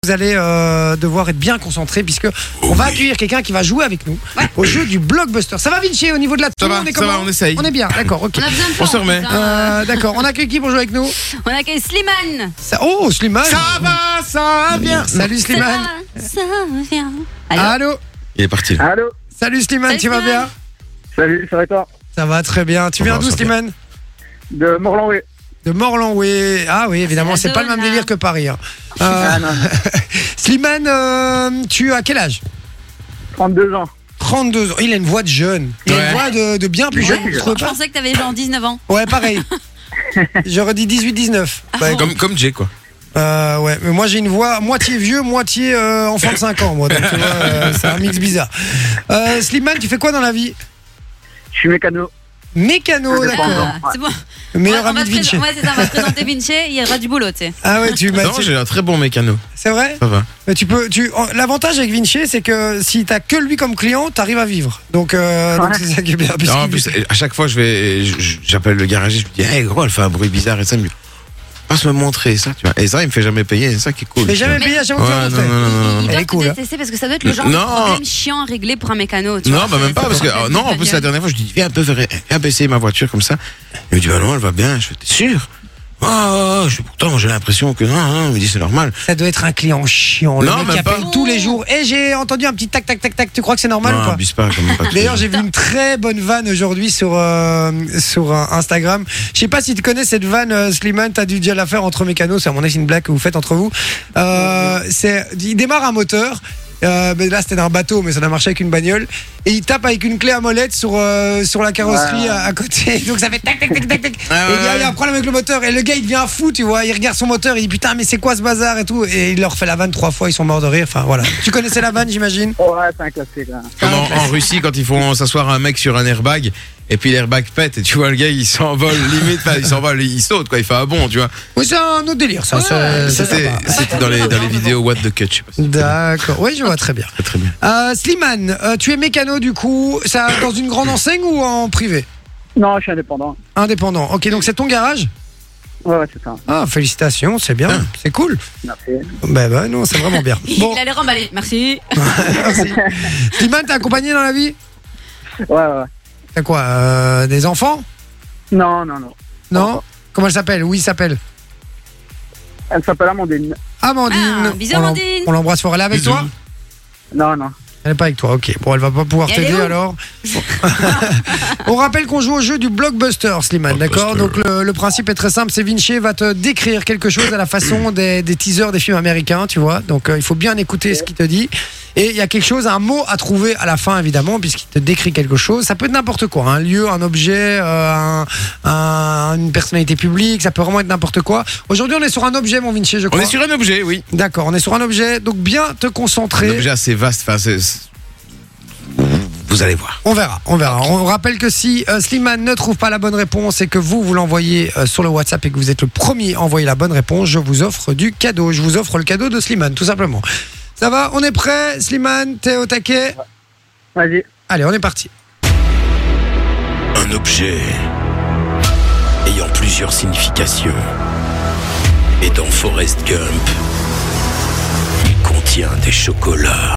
Vous allez devoir être bien concentré puisque on va accueillir quelqu'un qui va jouer avec nous au jeu du blockbuster. Ça va Vinci au niveau de la Ça va, on essaye. On est bien, d'accord, ok. On a besoin de On se remet. D'accord, on accueille qui pour jouer avec nous? On accueille Slimane. Oh, Slimane. Ça va bien. Salut Slimane. Ça vient. Allô. Allô. Il est parti. Là. Allô. Salut Slimane, Salut, tu vas Slimane. bien? Salut, ça va et toi? Ça va très bien. Tu viens d'où Slimane? De Morlanway. De Morlanway. Ah oui, évidemment, C'est c'est la pas le même zone, là. délire que Paris. Hein. Ah non, Slimane, tu as quel âge? 32 ans. 32 ans. Il a une voix de jeune. Il a une Ouais. voix de bien plus jeune, Ouais, tu trouves je pas? pensais que t'avais genre 19 ans. Ouais, pareil. J'aurais dit 18-19. Ouais, bon Comme Jay, quoi. ouais, mais moi j'ai une voix moitié vieux, moitié enfant de 5 ans, moi. Donc tu vois, c'est un mix bizarre. Slimane, tu fais quoi dans la vie? Je suis mécano. Mécano, Indépendant. d'accord. C'est bon. Le meilleur on ami va de te Vinci. ouais, c'est ça, on va te présenter Vinci, il y aura du boulot, tu sais. Ah ouais, tu m'as Non, j'ai un très bon mécano. C'est vrai? Ça va. Mais l'avantage avec Vinci, c'est que si t'as que lui comme client, t'arrives à vivre. Donc c'est ça qui est bien. Non, en plus, à chaque fois, j'appelle le garagiste, je lui dis, hey gros, elle fait un bruit bizarre et ça me dit, passe me montrer ça, tu vois. Et ça, il me fait jamais payer, c'est ça qui est cool. Mais tu jamais vois. payé à chaque fois que Ouais, tu non, non, non, non, Ils non. Elle est doivent cool, te hein. détester parce que ça doit être le genre de Non. problème chiant à régler pour un mécano. Tu Non, vois, bah même pas, parce que, c'est non, en plus, la dernière fois, je lui dis, viens essayer ma voiture comme ça. Il me dit, bah non, elle va bien. Je fais, t'es sûr? Je fais, pourtant, j'ai l'impression que non, il me dit, c'est normal. Ça doit être un client chiant. Le Non, mec qui même pas. appelle tous les jours. Et j'ai entendu un petit tac tac tac tac. Tu crois que c'est normal ou Non, pas? abuse pas, comme pas. D'ailleurs, j'ai vu une très bonne vanne aujourd'hui sur Instagram. Je sais pas si tu connais cette vanne, Slimane, t'as dû déjà la faire entre mécanos. C'est à mon avis une blague que vous faites entre vous. Il démarre un moteur. Mais là c'était d'un bateau, mais ça a marché avec une bagnole. Et il tape avec une clé à molette sur la carrosserie à côté. Donc ça fait tac tac tac tac tac. Ah Et ouais, il y a un problème avec le moteur. Et le gars il devient fou, tu vois. Il regarde son moteur, il dit putain mais c'est quoi ce bazar et tout. Et il leur fait la vanne 3 fois, ils sont morts de rire. Enfin voilà. Tu connaissais la vanne, j'imagine? Ouais, c'est un classique. Là. Comme en Russie, quand ils font s'asseoir un mec sur un airbag, et puis l'airbag pète, et tu vois le gars, il s'envole, limite, enfin, il s'envole, il saute, quoi, il fait un bond, tu vois. Oui, c'est un autre délire, ça. C'était dans les vidéos What the Cut, je sais pas si D'accord. Oui, je vois très bien. très bien. Slimane, tu es mécano du coup, ça dans une grande enseigne ou en privé? Non, je suis indépendant. Indépendant. Ok, donc c'est ton garage? Ouais, c'est ça. Ah, félicitations, c'est bien, c'est cool. Merci. Ben non, c'est vraiment bien. Bon, Il allait remballer. Merci. merci. Slimane, t'es accompagné dans la vie? Ouais. T'as quoi, des enfants? Non. Non? Comment elle s'appelle? Oui, il s'appelle Elle s'appelle Amandine. Amandine. Ah, bisous, Amandine. On l'embrasse fort. Elle est avec Bisous. toi? Non. Elle est pas avec toi, ok. Bon, elle va pas pouvoir Et elle t'aider est où alors. On rappelle qu'on joue au jeu du blockbuster, Slimane, d'accord? Donc le principe est très simple, c'est Vinci va te décrire quelque chose à la façon des teasers des films américains, tu vois. Donc il faut bien écouter ce qu'il te dit. Et il y a quelque chose, un mot à trouver à la fin, évidemment, puisqu'il te décrit quelque chose. Ça peut être n'importe quoi, un lieu, un objet, une personnalité publique, ça peut vraiment être n'importe quoi. Aujourd'hui, on est sur un objet, mon Vinci, je On crois. est sur un objet, oui. D'accord, on est sur un objet, donc bien te Un concentrer. objet assez vaste, enfin, vous allez voir. On verra. On rappelle que si Slimane ne trouve pas la bonne réponse et que vous l'envoyez sur le WhatsApp et que vous êtes le premier à envoyer la bonne réponse, je vous offre du cadeau. Je vous offre le cadeau de Slimane, tout simplement. Ça va? On est prêt, Slimane? T'es au taquet? Vas-y. Allez, on est parti. Un objet ayant plusieurs significations. Et dans Forrest Gump, il contient des chocolats.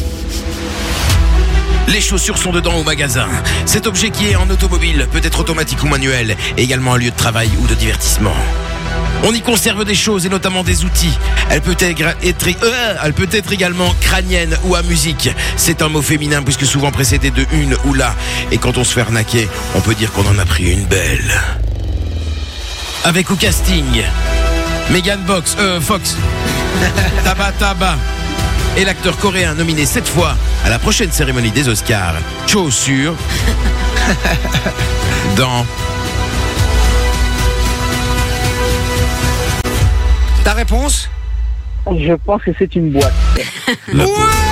Les chaussures sont dedans au magasin. Cet objet qui est en automobile peut être automatique ou manuel, et également un lieu de travail ou de divertissement. On y conserve des choses et notamment des outils. Elle peut être également crânienne ou à musique. C'est un mot féminin puisque souvent précédé de une ou la. Et quand on se fait arnaquer, on peut dire qu'on en a pris une belle. Avec au casting, Megan Fox, Taba et l'acteur coréen nominé 7 fois à la prochaine cérémonie des Oscars, Cho Sur, dans... Ta réponse? Je pense que c'est une boîte. La Ouais!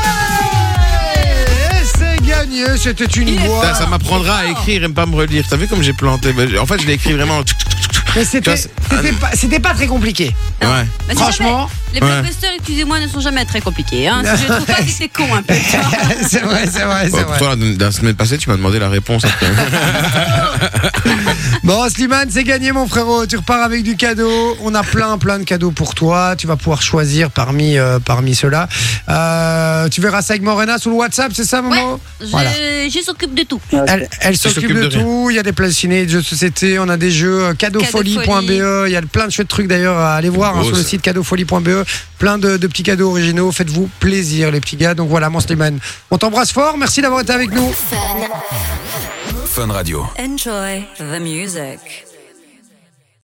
C'est gagné, c'était une voix. Ça m'apprendra à écrire et pas me relire. T'as vu comme j'ai planté? En fait, je l'ai écrit vraiment... Mais Tu vois, c'était pas très compliqué. Ouais. Bah, c'est Franchement. jamais- les blockbusters, excusez-moi, ne sont jamais très compliqués. Hein. Je trouve pas que c'est con un peu. tu vois. C'est vrai. Pour toi, la semaine passée, tu m'as demandé la réponse après. Bon, Slimane, c'est gagné, mon frérot. Tu repars avec du cadeau. On a plein de cadeaux pour toi. Tu vas pouvoir choisir parmi ceux-là. Tu verras ça avec Morena sur le WhatsApp, c'est ça, Momo? Voilà. Je s'occupe de tout. Elle s'occupe de tout. Il y a des places ciné, des jeux de société. On a des jeux cadeaufolie.be. Il y a plein de chouettes trucs d'ailleurs à aller voir sur le site cadeaufolie.be. Plein de petits cadeaux originaux. Faites-vous plaisir, les petits gars. Donc voilà, mon Slimane. On t'embrasse fort. Merci d'avoir été avec nous. Fun Radio. Enjoy the music.